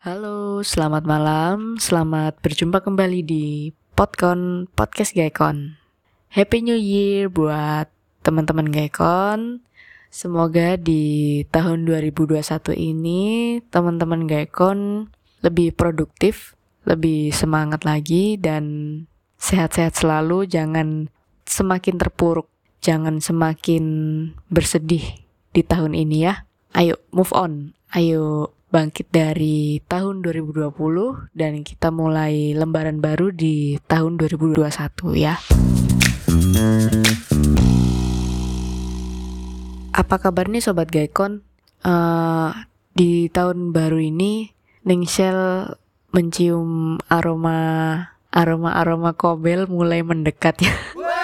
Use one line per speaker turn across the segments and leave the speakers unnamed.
Halo, selamat malam. Selamat berjumpa kembali di Podcast Gaekon. Happy New Year buat teman-teman Gaekon. Semoga di tahun 2021 ini teman-teman Gaekon lebih produktif, lebih semangat lagi dan sehat-sehat selalu. Jangan semakin terpuruk, jangan semakin bersedih di tahun ini ya. Ayo move on, ayo bangkit dari tahun 2020 dan kita mulai lembaran baru di tahun 2021 ya. Apa kabar nih Sobat Gaekon? Di tahun baru ini Ningsel mencium aroma Kobel mulai mendekat ya.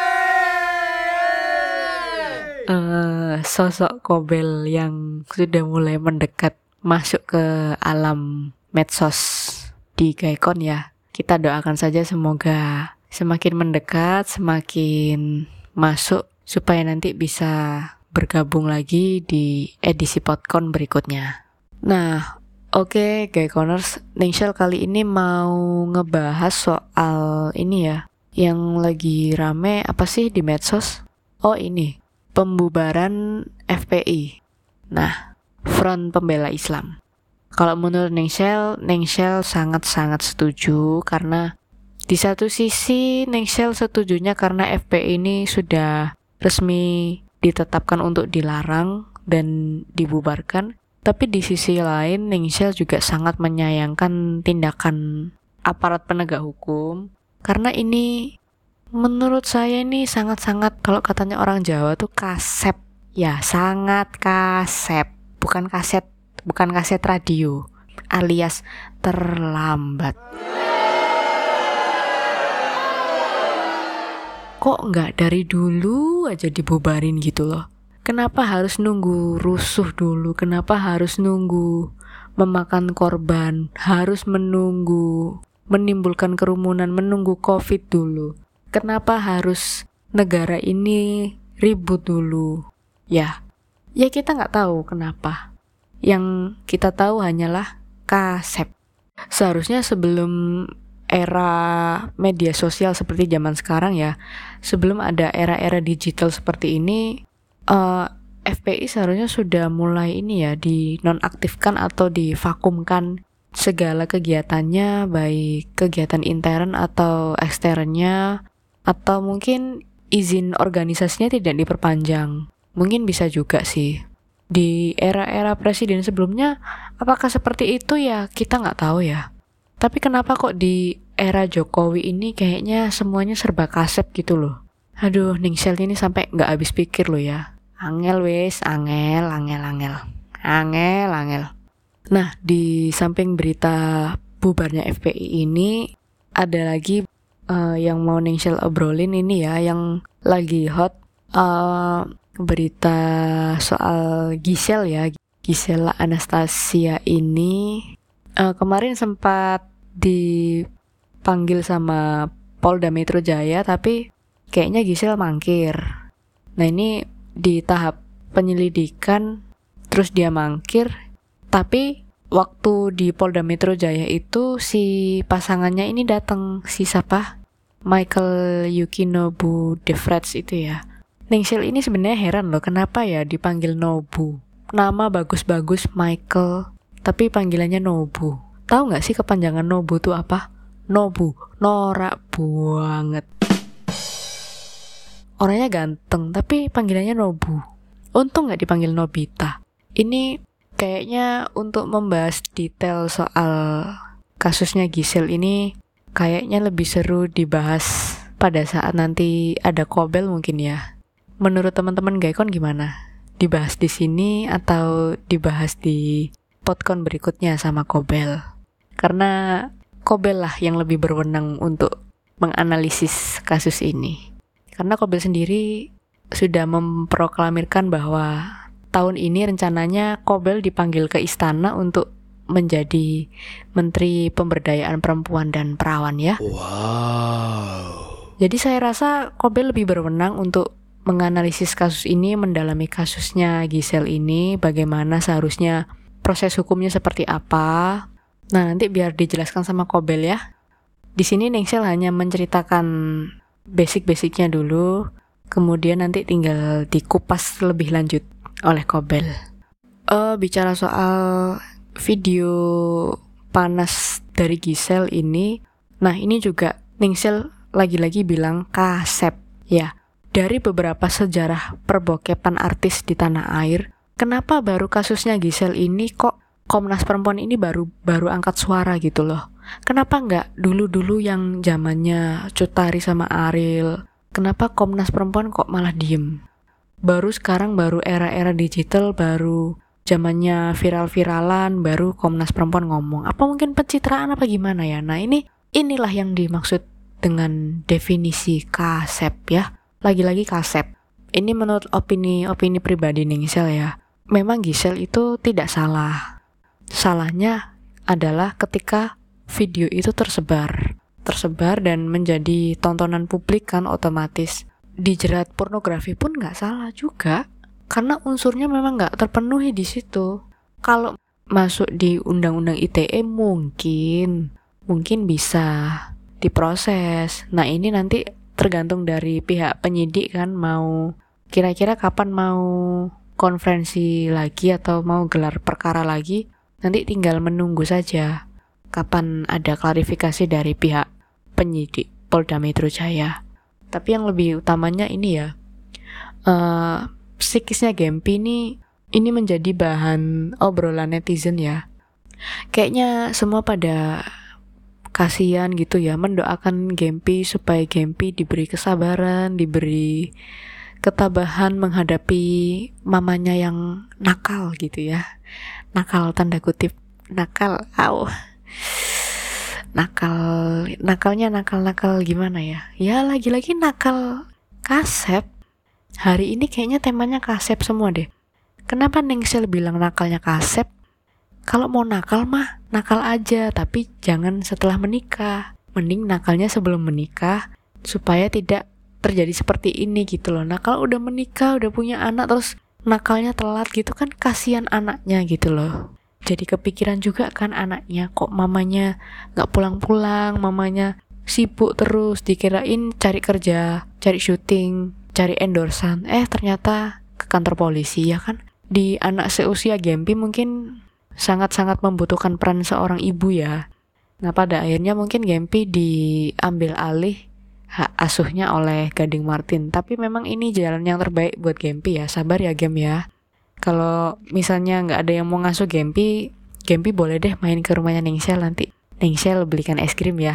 Sosok Kobel yang sudah mulai mendekat masuk ke alam medsos di Gaekon ya. Kita doakan saja semoga semakin mendekat, semakin masuk supaya nanti bisa bergabung lagi di edisi Podcon berikutnya. Nah, oke Gaekoners, Ningsel kali ini mau ngebahas soal ini ya, yang lagi rame apa sih di medsos? Oh ini, pembubaran FPI. Nah, Front Pembela Islam. Kalau menurut Ningsel sangat-sangat setuju karena di satu sisi Ningsel setujunya karena FPI ini sudah resmi ditetapkan untuk dilarang dan dibubarkan. Tapi di sisi lain Ningsel juga sangat menyayangkan tindakan aparat penegak hukum karena ini menurut saya ini sangat-sangat, kalau katanya orang Jawa tuh kasep. Ya, sangat kasep. Bukan kaset radio, alias terlambat. Kok nggak dari dulu aja dibubarin gitu loh? Kenapa harus nunggu rusuh dulu? Kenapa harus nunggu memakan korban? Harus menunggu menimbulkan kerumunan, menunggu COVID dulu? Kenapa harus negara ini ribut dulu? Ya kita nggak tahu kenapa. Yang kita tahu hanyalah kasep. Seharusnya sebelum era media sosial seperti zaman sekarang ya, sebelum ada era-era digital seperti ini, FPI seharusnya sudah mulai ini ya, dinonaktifkan atau divakumkan segala kegiatannya, baik kegiatan intern atau eksternnya, atau mungkin izin organisasinya tidak diperpanjang. Mungkin bisa juga sih. Di era-era presiden sebelumnya, apakah seperti itu ya? Kita nggak tahu ya. Tapi kenapa kok di era Jokowi ini kayaknya semuanya serba kasep gitu loh. Aduh, Ningsel ini sampai nggak habis pikir loh ya. Angel. Nah, di samping berita bubarnya FPI ini, ada lagi yang mau Ningsel obrolin ini ya, yang lagi hot. Berita soal Gisel ya, Gisela Anastasia ini kemarin sempat dipanggil sama Polda Metro Jaya, tapi kayaknya Gisel mangkir. Nah ini di tahap penyelidikan, terus dia mangkir, tapi waktu di Polda Metro Jaya itu si pasangannya ini datang, si siapa? Michael Yukinobu Defrets itu ya. Ningsel ini sebenarnya heran loh, kenapa ya dipanggil Nobu? Nama bagus-bagus Michael, tapi panggilannya Nobu. Tahu nggak sih kepanjangan Nobu tuh apa? Nobu, norak banget. Orangnya ganteng, tapi panggilannya Nobu. Untung nggak dipanggil Nobita. Ini kayaknya untuk membahas detail soal kasusnya Gisel ini, kayaknya lebih seru dibahas pada saat nanti ada Kobel mungkin ya. Menurut teman-teman Gaekon gimana? Dibahas di sini atau dibahas di Podcon berikutnya sama Kobel? Karena Kobel lah yang lebih berwenang untuk menganalisis kasus ini. Karena Kobel sendiri sudah memproklamirkan bahwa tahun ini rencananya Kobel dipanggil ke istana untuk menjadi Menteri Pemberdayaan Perempuan dan Perawan ya. Wow. Jadi saya rasa Kobel lebih berwenang untuk menganalisis kasus ini, mendalami kasusnya Gisel ini, bagaimana seharusnya proses hukumnya seperti apa, Nah, nanti biar dijelaskan sama Kobel ya. Di sini Ningsel hanya menceritakan basic-basicnya dulu, kemudian nanti tinggal dikupas lebih lanjut oleh Kobel. Bicara soal video panas dari Gisel ini, nah ini juga Ningsel lagi-lagi bilang kasep ya. Dari beberapa sejarah perbokepan artis di tanah air, kenapa baru kasusnya Gisel ini kok Komnas Perempuan ini baru angkat suara gitu loh? Kenapa nggak dulu-dulu yang zamannya Cut Tari sama Ariel? Kenapa Komnas Perempuan kok malah diem? Baru sekarang, baru era-era digital, baru zamannya viral-viralan, baru Komnas Perempuan ngomong. Apa mungkin pencitraan apa gimana ya? Nah inilah yang dimaksud dengan definisi kasep ya. Lagi-lagi kasep. Ini menurut opini pribadi Ningsel ya. Memang Gisel itu tidak salah. Salahnya adalah ketika video itu tersebar dan menjadi tontonan publik kan, otomatis dijerat pornografi pun nggak salah juga, karena unsurnya memang nggak terpenuhi di situ. Kalau masuk di undang-undang ITE mungkin bisa diproses. Nah ini nanti tergantung dari pihak penyidik kan, mau kira-kira kapan mau konferensi lagi atau mau gelar perkara lagi. Nanti tinggal menunggu saja kapan ada klarifikasi dari pihak penyidik Polda Metro Jaya. Tapi yang lebih utamanya ini ya, psikisnya Gempi ini menjadi bahan obrolan netizen ya. Kayaknya semua pada kasihan gitu ya, mendoakan Gempi supaya Gempi diberi kesabaran, diberi ketabahan menghadapi mamanya yang nakal gitu ya. Nakal tanda kutip, nakal, nakal gimana ya? Ya lagi-lagi nakal kasep. Hari ini kayaknya temanya kasep semua deh. Kenapa Ningsel bilang nakalnya kasep? Kalau mau nakal mah nakal aja, tapi jangan setelah menikah. Mending nakalnya sebelum menikah supaya tidak terjadi seperti ini gitu loh. Nah kalau udah menikah, udah punya anak, terus nakalnya telat gitu kan, kasihan anaknya gitu loh. Jadi kepikiran juga kan anaknya, kok mamanya gak pulang-pulang, mamanya sibuk terus, dikirain cari kerja, cari syuting, cari endorsan, ternyata ke kantor polisi ya kan. Di anak seusia Gempi mungkin sangat-sangat membutuhkan peran seorang ibu ya. Nah pada akhirnya mungkin Gempi diambil alih hak asuhnya oleh Gading Martin. Tapi memang ini jalan yang terbaik buat Gempi ya. Sabar ya Gem ya. Kalau misalnya nggak ada yang mau ngasuh Gempi boleh deh main ke rumahnya Ningsel, nanti Ningsel belikan es krim ya.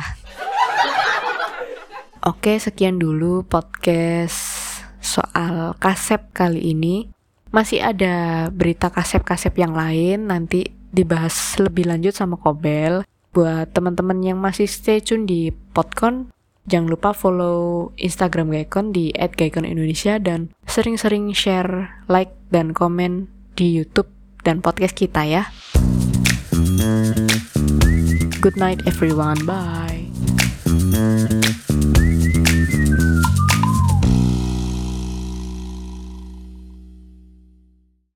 Oke, sekian dulu podcast soal kasep kali ini. Masih ada berita kasep-kasep yang lain, nanti dibahas lebih lanjut sama Kobel. Buat teman-teman yang masih stay tune di Podcon, jangan lupa follow Instagram Gaikon di @gaikonindonesia dan sering-sering share, like, dan komen di YouTube dan podcast kita ya. Good night everyone, bye.